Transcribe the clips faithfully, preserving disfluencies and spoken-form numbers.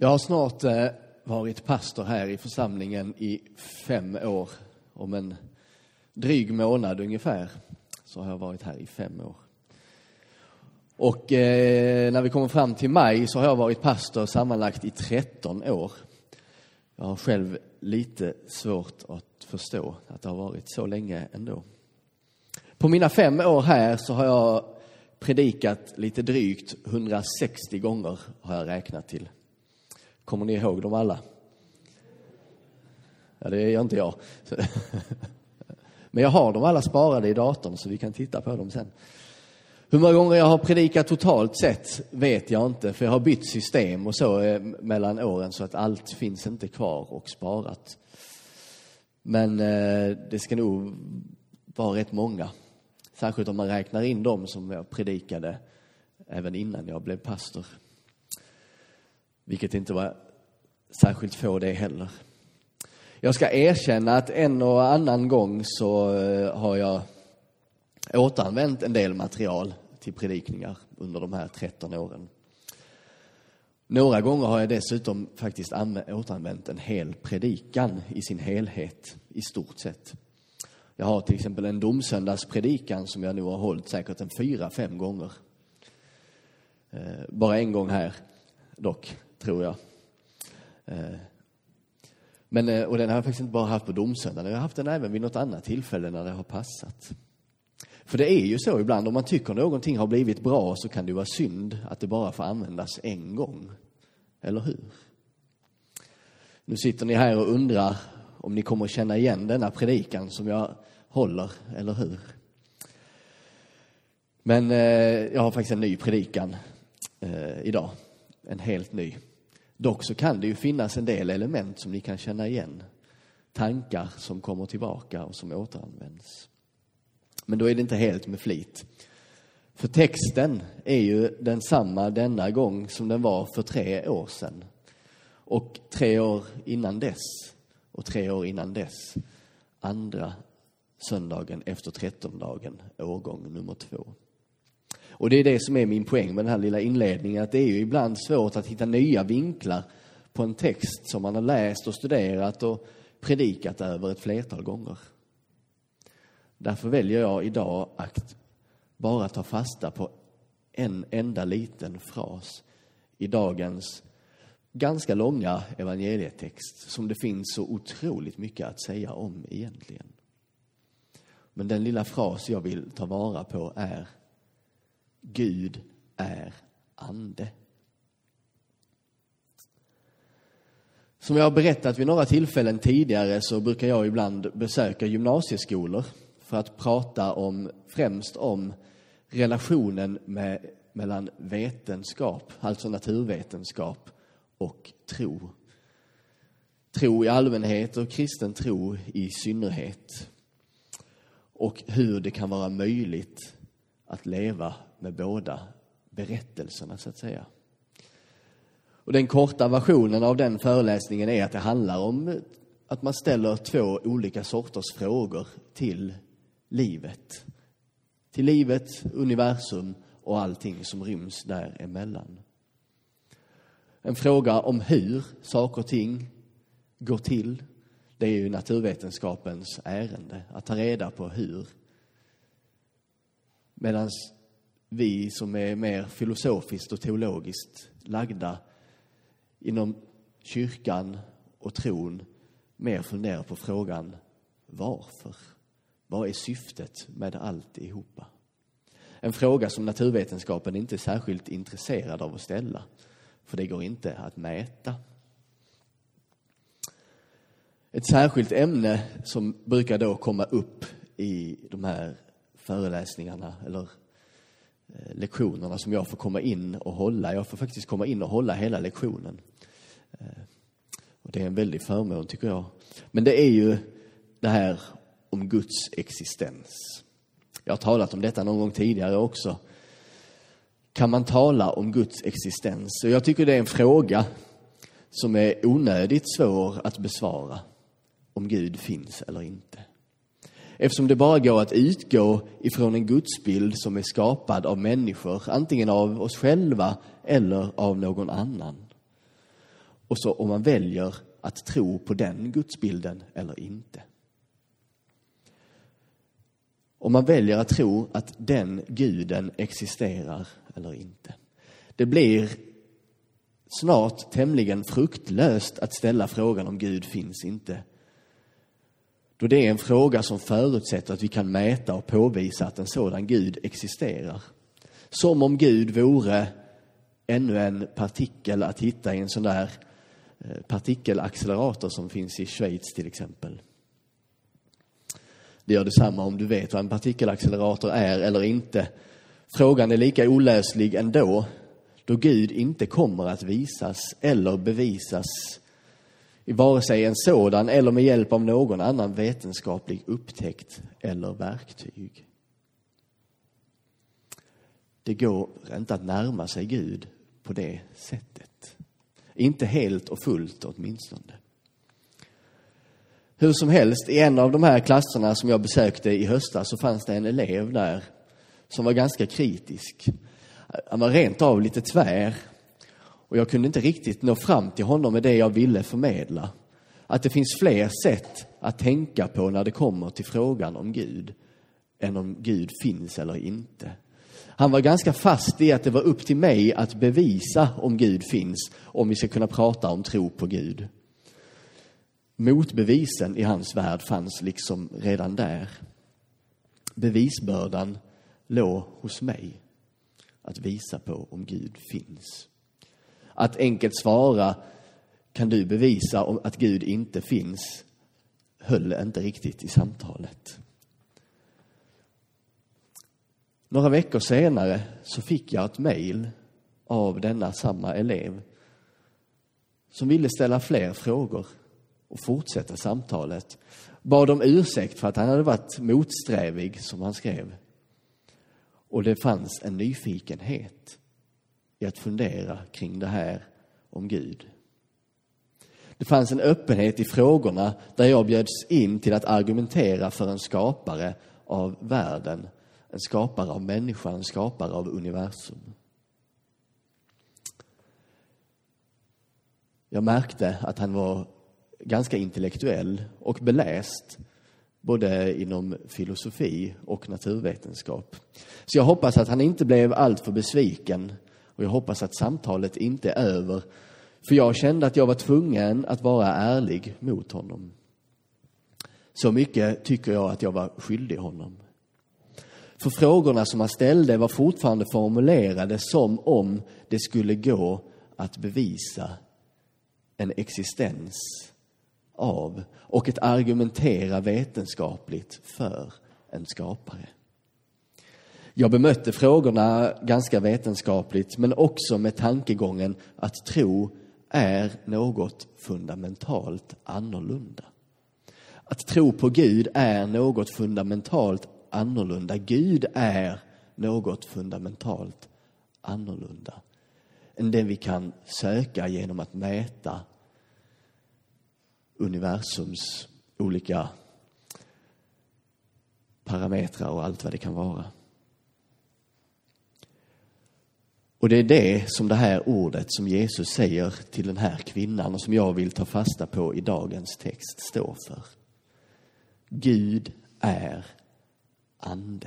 Jag har snart eh, varit pastor här i församlingen i fem år. Om en dryg månad ungefär så har jag varit här i fem år. Och eh, när vi kommer fram till maj så har jag varit pastor sammanlagt i tretton år. Jag har själv lite svårt att förstå att det har varit så länge ändå. På mina fem år här så har jag predikat lite drygt hundrasextio gånger har jag räknat till. Kommer ni ihåg dem alla? Ja, det gör inte jag. Men jag har dem alla sparade i datorn så vi kan titta på dem sen. Hur många gånger jag har predikat totalt sett vet jag inte. För jag har bytt system och så eh, mellan åren så att allt finns inte kvar och sparat. Men eh, det ska nog vara rätt många. Särskilt om man räknar in dem som jag predikade även innan jag blev pastor. Vilket inte var särskilt få det heller. Jag ska erkänna att en och annan gång så har jag återanvänt en del material till predikningar under de här tretton åren. Några gånger har jag dessutom faktiskt återanvänt en hel predikan i sin helhet, i stort sett. Jag har till exempel en domsöndagspredikan som jag nu har hållit säkert en fyra, fem gånger. Bara en gång här dock, tror jag. Men, och den har jag faktiskt inte bara haft på domsöndagen. Jag har haft den även vid något annat tillfälle när det har passat. För det är ju så ibland, om man tycker någonting har blivit bra så kan det vara synd att det bara får användas en gång. Eller hur? Nu sitter ni här och undrar om ni kommer att känna igen denna predikan som jag håller, eller hur? Men eh, jag har faktiskt en ny predikan eh, idag. En helt ny. Dock så kan det ju finnas en del element som ni kan känna igen. Tankar som kommer tillbaka och som återanvänds. Men då är det inte helt med flit. För texten är ju densamma denna gång som den var för tre år sedan. Och tre år innan dess. Och tre år innan dess. Andra söndagen efter trettondagen, årgång nummer två. Och det är det som är min poäng med den här lilla inledningen. Att det är ju ibland svårt att hitta nya vinklar på en text som man har läst och studerat och predikat över ett flertal gånger. Därför väljer jag idag att bara ta fasta på en enda liten fras i dagens ganska långa evangelietext som det finns så otroligt mycket att säga om egentligen. Men den lilla fras jag vill ta vara på är: Gud är ande. Som jag har berättat vid några tillfällen tidigare så brukar jag ibland besöka gymnasieskolor för att prata om, främst om relationen med, mellan vetenskap, alltså naturvetenskap, och tro. Tro i allmänhet och kristen tro i synnerhet. Och hur det kan vara möjligt att leva med båda berättelserna så att säga. Och den korta versionen av den föreläsningen är att det handlar om att man ställer två olika sorters frågor till livet. Till livet, universum och allting som ryms däremellan. En fråga om hur saker och ting går till. Det är ju naturvetenskapens ärende. Att ta reda på hur. Medan vi som är mer filosofiskt och teologiskt lagda inom kyrkan och tron mer funderar på frågan varför. Vad är syftet med allt ihopa? En fråga som naturvetenskapen inte är särskilt intresserad av att ställa. För det går inte att mäta. Ett särskilt ämne som brukar då komma upp i de här föreläsningarna eller lektionerna som jag får komma in och hålla. Jag får faktiskt komma in och hålla hela lektionen. Och det är en väldig förmån tycker jag. Men det är ju det här om Guds existens. Jag har talat om detta någon gång tidigare också. Kan man tala om Guds existens? Och jag tycker det är en fråga som är onödigt svår att besvara. Om Gud finns eller inte. Eftersom det bara går att utgå ifrån en gudsbild som är skapad av människor. Antingen av oss själva eller av någon annan. Och så om man väljer att tro på den gudsbilden eller inte. Om man väljer att tro att den guden existerar eller inte. Det blir snart tämligen fruktlöst att ställa frågan om Gud finns inte. Då det är en fråga som förutsätter att vi kan mäta och påvisa att en sådan Gud existerar. Som om Gud vore ännu en partikel att hitta i en sån där partikelaccelerator som finns i Schweiz till exempel. Det gör detsamma om du vet vad en partikelaccelerator är eller inte. Frågan är lika olöslig ändå, då Gud inte kommer att visas eller bevisas i vare sig en sådan eller med hjälp av någon annan vetenskaplig upptäckt eller verktyg. Det går inte att närma sig Gud på det sättet. Inte helt och fullt åtminstone. Hur som helst, i en av de här klasserna som jag besökte i höstas så fanns det en elev där som var ganska kritisk. Han var rent av lite tvär. Och jag kunde inte riktigt nå fram till honom med det jag ville förmedla. Att det finns fler sätt att tänka på när det kommer till frågan om Gud än om Gud finns eller inte. Han var ganska fast i att det var upp till mig att bevisa om Gud finns, om vi ska kunna prata om tro på Gud. Motbevisen i hans värld fanns liksom redan där. Bevisbördan låg hos mig att visa på om Gud finns. Att enkelt svara, kan du bevisa om att Gud inte finns, höll inte riktigt i samtalet. Några veckor senare så fick jag ett mejl av denna samma elev som ville ställa fler frågor och fortsätta samtalet. Bad om ursäkt för att han hade varit motsträvig, som han skrev. Och det fanns en nyfikenhet i att fundera kring det här om Gud. Det fanns en öppenhet i frågorna där jag bjöds in till att argumentera för en skapare av världen, en skapare av människan, en skapare av universum. Jag märkte att han var ganska intellektuell och beläst både inom filosofi och naturvetenskap. Så jag hoppas att han inte blev allt för besviken och jag hoppas att samtalet inte är över. För jag kände att jag var tvungen att vara ärlig mot honom. Så mycket tycker jag att jag var skyldig honom. För frågorna som han ställde var fortfarande formulerade som om det skulle gå att bevisa en existens av och ett argumentera vetenskapligt för en skapare. Jag bemötte frågorna ganska vetenskapligt men också med tankegången att tro är något fundamentalt annorlunda. Att tro på Gud är något fundamentalt annorlunda. Gud är något fundamentalt annorlunda än det vi kan söka genom att mäta universums olika parametrar och allt vad det kan vara. Och det är det som det här ordet som Jesus säger till den här kvinnan och som jag vill ta fasta på i dagens text står för. Gud är ande.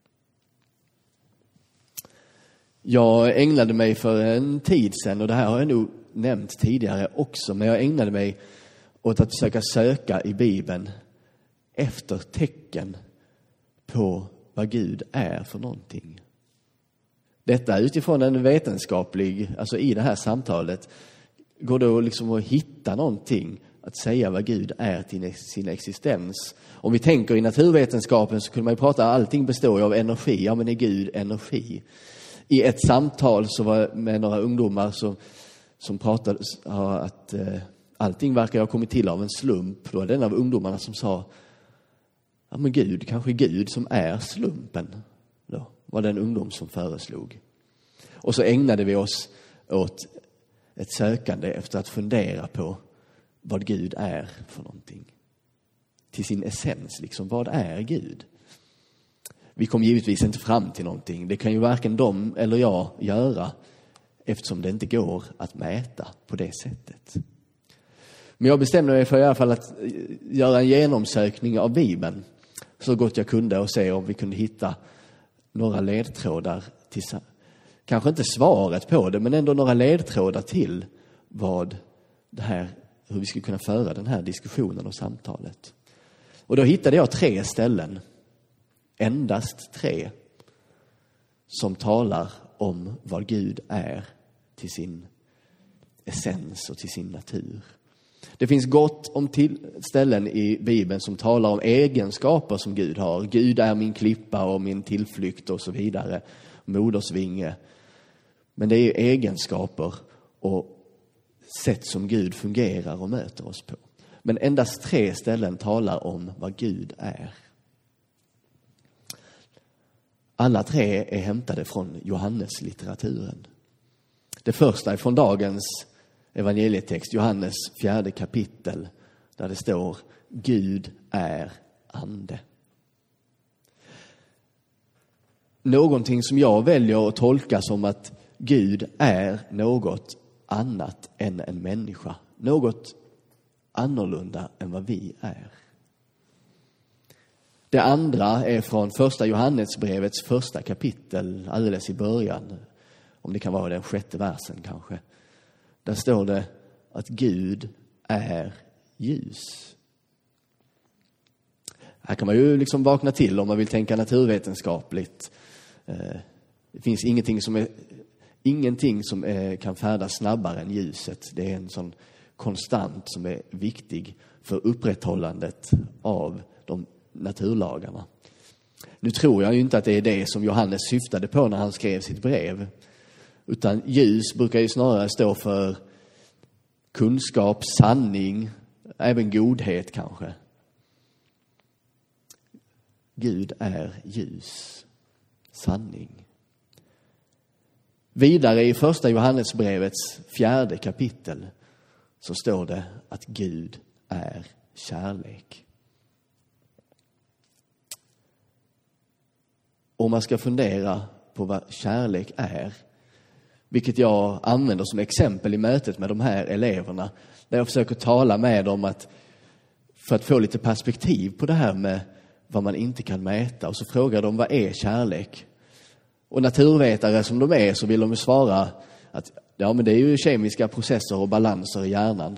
Jag ägnade mig för en tid sedan, och det här har jag nog nämnt tidigare också, men jag ägnade mig åt att försöka söka i Bibeln efter tecken på vad Gud är för någonting. Detta utifrån en vetenskaplig, alltså i det här samtalet, går det liksom att hitta någonting att säga vad Gud är till sin existens. Om vi tänker i naturvetenskapen så kunde man ju prata, allting består ju av energi. Ja, men är Gud energi? I ett samtal så var med några ungdomar som, som pratade ja, att eh, allting verkar ha kommit till av en slump. Då var det en av ungdomarna som sa, ja men Gud, kanske Gud som är slumpen. Då var det en ungdom som föreslog. Och så ägnade vi oss åt ett sökande efter att fundera på vad Gud är för någonting. Till sin essens, liksom, vad är Gud? Vi kom givetvis inte fram till någonting. Det kan ju varken de eller jag göra eftersom det inte går att mäta på det sättet. Men jag bestämde mig för i alla fall att göra en genomsökning av Bibeln så gott jag kunde och se om vi kunde hitta några ledtrådar till, kanske inte svaret på det, men ändå några ledtrådar till vad det här, hur vi skulle kunna föra den här diskussionen och samtalet. Och då hittade jag tre ställen, endast tre, som talar om vad Gud är till sin essens och till sin natur. Det finns gott om till ställen i Bibeln som talar om egenskaper som Gud har. Gud är min klippa och min tillflykt och så vidare. Modersvinge. Men det är egenskaper och sätt som Gud fungerar och möter oss på. Men endast tre ställen talar om vad Gud är. Alla tre är hämtade från Johannes-litteraturen. Det första är från dagens evangelietext, Johannes fjärde kapitel, där det står: Gud är ande. Någonting som jag väljer att tolka som att Gud är något annat än en människa. Något annorlunda än vad vi är. Det andra är från första Johannesbrevets första kapitel, alldeles i början. Om det kan vara den sjätte versen kanske. Där står det att Gud är ljus. Här kan man ju liksom vakna till om man vill tänka naturvetenskapligt. Det finns ingenting som, är, ingenting som är, kan färdas snabbare än ljuset. Det är en sån konstant som är viktig för upprätthållandet av de naturlagarna. Nu tror jag ju inte att det är det som Johannes syftade på när han skrev sitt brev. Utan ljus brukar ju snarare stå för kunskap, sanning, även godhet kanske. Gud är ljus, sanning. Vidare i första Johannesbrevets fjärde kapitel så står det att Gud är kärlek. Om man ska fundera på vad kärlek är, vilket jag använder som exempel i mötet med de här eleverna, där jag försöker tala med dem att, för att få lite perspektiv på det här med vad man inte kan mäta. Och så frågar de, vad är kärlek? Och naturvetare som de är så vill de svara att ja, men det är ju kemiska processer och balanser i hjärnan.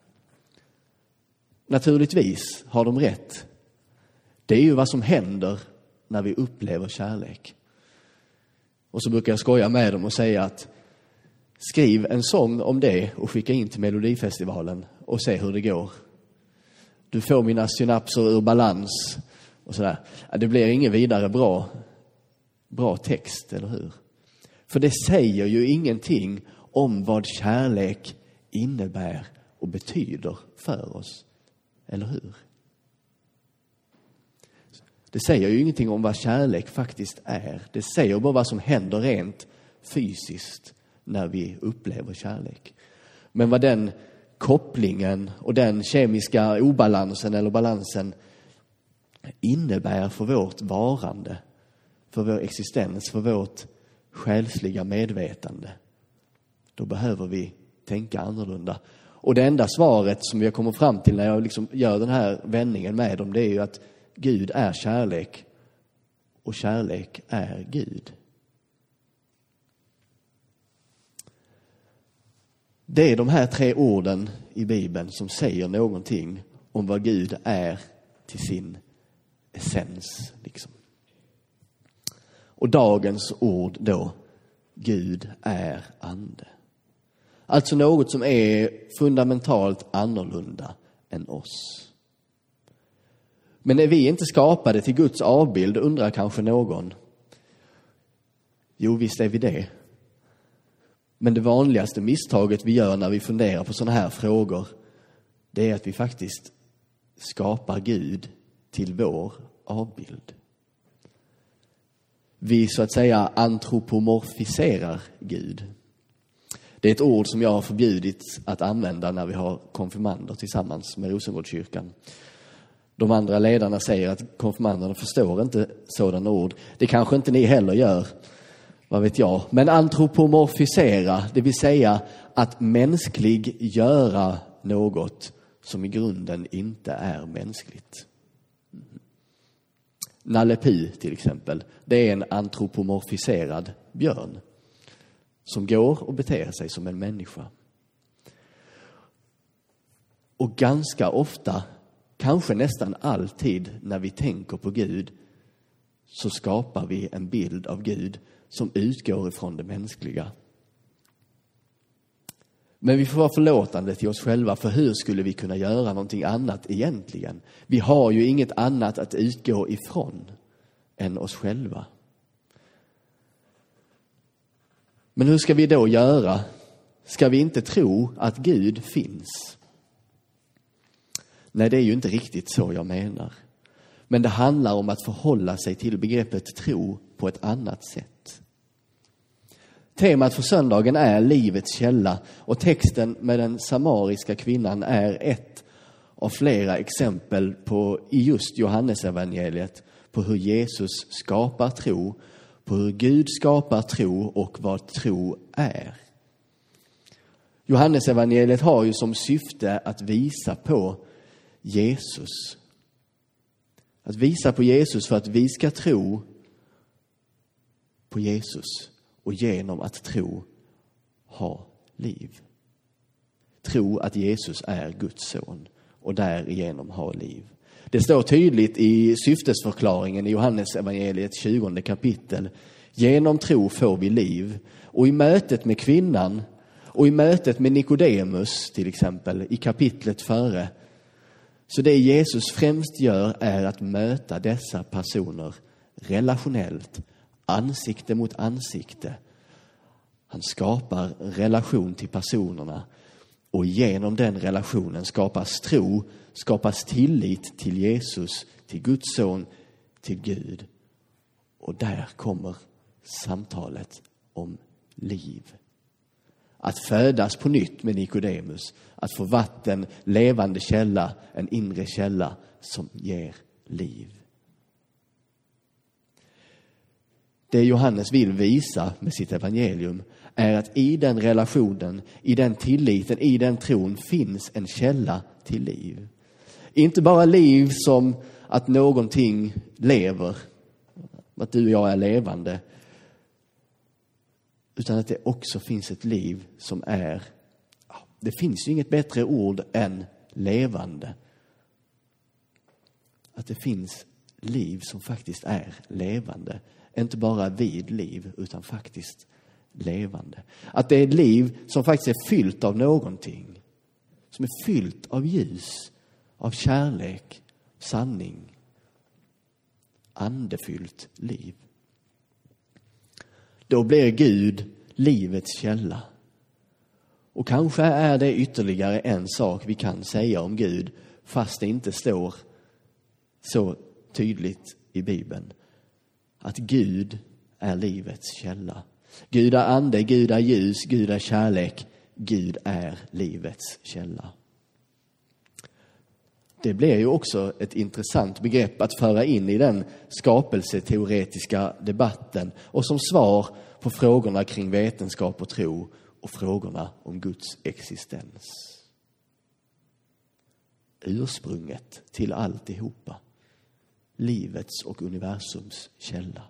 Naturligtvis har de rätt. Det är ju vad som händer när vi upplever kärlek. Och så brukar jag skoja med dem och säga att skriv en sång om det och skicka in till Melodifestivalen och se hur det går. Du får mina synapser ur balans och sådär. Det blir ingen vidare bra, bra text, eller hur? För det säger ju ingenting om vad kärlek innebär och betyder för oss, eller hur? Det säger ju ingenting om vad kärlek faktiskt är. Det säger bara vad som händer rent fysiskt när vi upplever kärlek. Men vad den kopplingen och den kemiska obalansen eller balansen innebär för vårt varande, för vår existens, för vårt själsliga medvetande, då behöver vi tänka annorlunda. Och det enda svaret som jag kommer fram till när jag liksom gör den här vändningen med dem, det är ju att Gud är kärlek och kärlek är Gud. Det är de här tre orden i Bibeln som säger någonting om vad Gud är till sin essens. Liksom. Och dagens ord då, Gud är ande. Alltså något som är fundamentalt annorlunda än oss. Men är vi inte skapade till Guds avbild, undrar kanske någon. Jo, visst är vi det. Men det vanligaste misstaget vi gör när vi funderar på sådana här frågor, det är att vi faktiskt skapar Gud till vår avbild. Vi så att säga antropomorfiserar Gud. Det är ett ord som jag har förbjudit att använda när vi har konfirmander tillsammans med Rosengårdskyrkan. De andra ledarna säger att konfirmanderna förstår inte sådana ord. Det kanske inte ni heller gör, vad vet jag. Men antropomorfisera, det vill säga att mänsklig göra något som i grunden inte är mänskligt. Nalle Puh till exempel, det är en antropomorfiserad björn som går och beter sig som en människa. Och ganska ofta, kanske nästan alltid när vi tänker på Gud, så skapar vi en bild av Gud som utgår ifrån det mänskliga. Men vi får vara förlåtande till oss själva, för hur skulle vi kunna göra någonting annat egentligen? Vi har ju inget annat att utgå ifrån än oss själva. Men hur ska vi då göra? Ska vi inte tro att Gud finns? Nej, det är ju inte riktigt så jag menar. Men det handlar om att förhålla sig till begreppet tro på ett annat sätt. Temat för söndagen är livets källa, och texten med den samariska kvinnan är ett av flera exempel på, i just Johannesevangeliet, på hur Jesus skapar tro, på hur Gud skapar tro och vad tro är. Johannesevangeliet har ju som syfte att visa på Jesus. Att visa på Jesus för att vi ska tro på Jesus och genom att tro ha liv. Tro att Jesus är Guds son och därigenom ha liv. Det står tydligt i syftesförklaringen i Johannesevangeliets tjugonde kapitel. Genom tro får vi liv. Och i mötet med kvinnan och i mötet med Nikodemus till exempel i kapitlet före, så det Jesus främst gör är att möta dessa personer relationellt, ansikte mot ansikte. Han skapar relation till personerna, och genom den relationen skapas tro, skapas tillit till Jesus, till Guds son, till Gud. Och där kommer samtalet om liv. Att födas på nytt med Nikodemus, att få vatten, levande källa, en inre källa som ger liv. Det Johannes vill visa med sitt evangelium är att i den relationen, i den tilliten, i den tron finns en källa till liv. Inte bara liv som att någonting lever, att du och jag är levande, utan att det också finns ett liv som är, det finns ju inget bättre ord än levande. Att det finns liv som faktiskt är levande. Inte bara vid liv, utan faktiskt levande. Att det är ett liv som faktiskt är fyllt av någonting. Som är fyllt av ljus, av kärlek, sanning. Andefyllt liv. Då blir Gud livets källa. Och kanske är det ytterligare en sak vi kan säga om Gud, fast det inte står så tydligt i Bibeln. Att Gud är livets källa. Gud är ande, Gud är ljus, Gud är kärlek. Gud är livets källa. Det blir ju också ett intressant begrepp att föra in i den skapelseteoretiska debatten och som svar på frågorna kring vetenskap och tro och frågorna om Guds existens. Ursprunget till alltihopa. Livets och universums källa.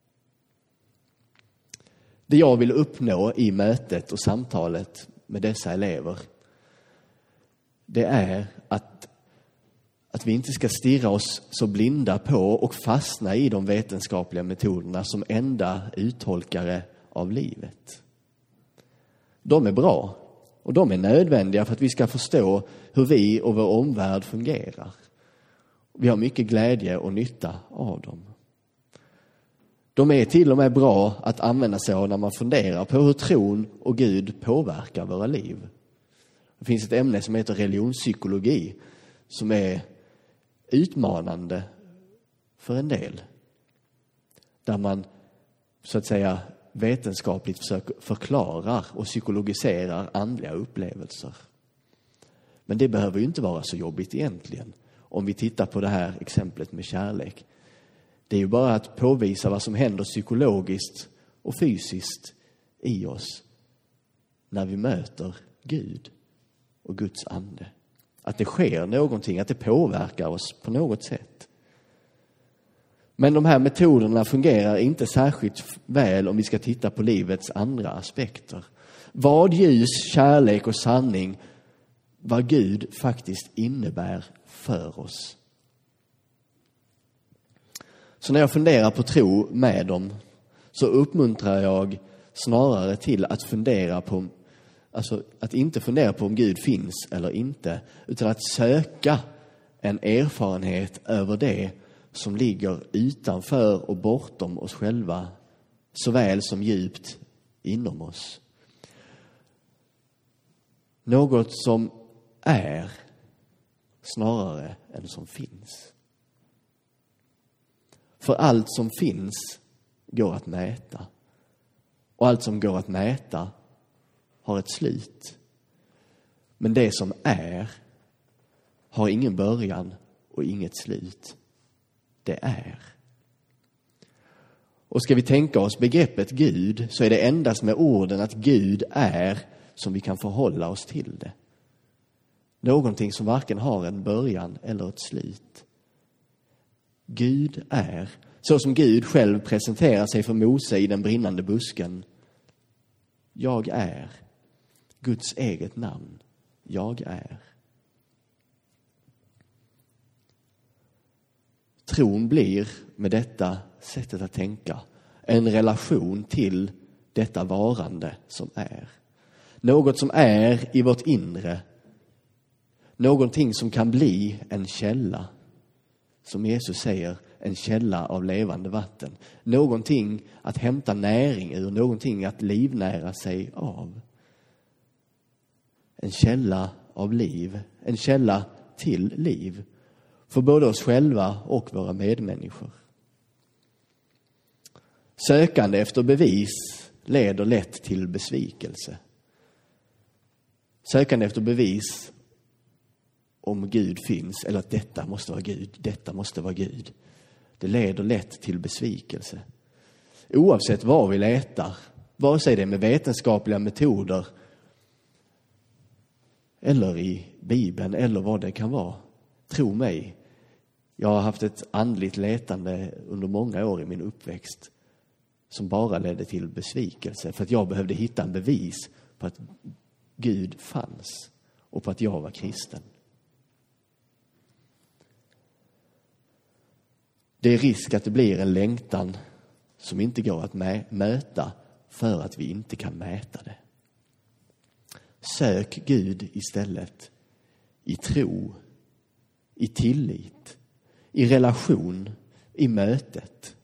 Det jag vill uppnå i mötet och samtalet med dessa elever, det är att, att vi inte ska stirra oss så blinda på och fastna i de vetenskapliga metoderna som enda uttolkare av livet. De är bra och de är nödvändiga för att vi ska förstå hur vi och vår omvärld fungerar. Vi har mycket glädje och nytta av dem. De är till och med bra att använda sig av när man funderar på hur tron och Gud påverkar våra liv. Det finns ett ämne som heter religionspsykologi som är utmanande för en del. Där man så att säga vetenskapligt försöker förklarar och psykologiserar andliga upplevelser. Men det behöver ju inte vara så jobbigt egentligen. Om vi tittar på det här exemplet med kärlek. Det är ju bara att påvisa vad som händer psykologiskt och fysiskt i oss när vi möter Gud och Guds ande. att det sker någonting, att det påverkar oss på något sätt. Men de här metoderna fungerar inte särskilt väl om vi ska titta på livets andra aspekter. Vad ljus, kärlek och sanning, vad Gud faktiskt innebär för oss. Så när jag funderar på tro med dem så uppmuntrar jag snarare till att fundera på, alltså att inte fundera på om Gud finns eller inte, utan att söka en erfarenhet över det som ligger utanför och bortom oss själva, såväl som djupt inom oss. Något som är snarare än som finns. För allt som finns går att mäta. Och allt som går att mäta har ett slut. Men det som är har ingen början och inget slut. Det är. Och ska vi tänka oss begreppet Gud, så är det endast med orden att Gud är som vi kan förhålla oss till det. Någonting som varken har en början eller ett slut. Gud är, så som Gud själv presenterar sig för Mose i den brinnande busken. Jag är. Guds eget namn. Jag är. Tron blir med detta sättet att tänka en relation till detta varande som är. Något som är i vårt inre. Någonting som kan bli en källa. Som Jesus säger, en källa av levande vatten. Någonting att hämta näring ur, någonting att livnära sig av. En källa av liv, en källa till liv. För både oss själva och våra medmänniskor. Sökande efter bevis leder lätt till besvikelse. Sökande efter bevis om Gud finns, eller att detta måste vara Gud, detta måste vara Gud. Det leder lätt till besvikelse. Oavsett vad vi letar, vare sig det är med vetenskapliga metoder eller i Bibeln eller vad det kan vara. Tro mig, jag har haft ett andligt letande under många år i min uppväxt som bara ledde till besvikelse. För att jag behövde hitta en bevis på att Gud fanns och på att jag var kristen. Det är risk att det blir en längtan som inte går att mä- möta för att vi inte kan mäta det. Sök Gud istället i tro, i tillit, i relation, i mötet.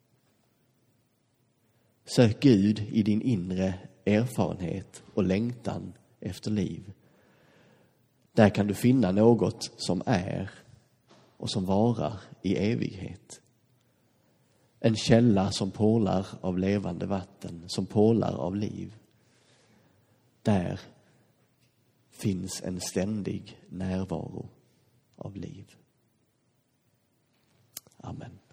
Sök Gud i din inre erfarenhet och längtan efter liv. Där kan du finna något som är och som varar i evighet. En källa som porlar av levande vatten, som porlar av liv. Där finns en ständig närvaro av liv. Amen.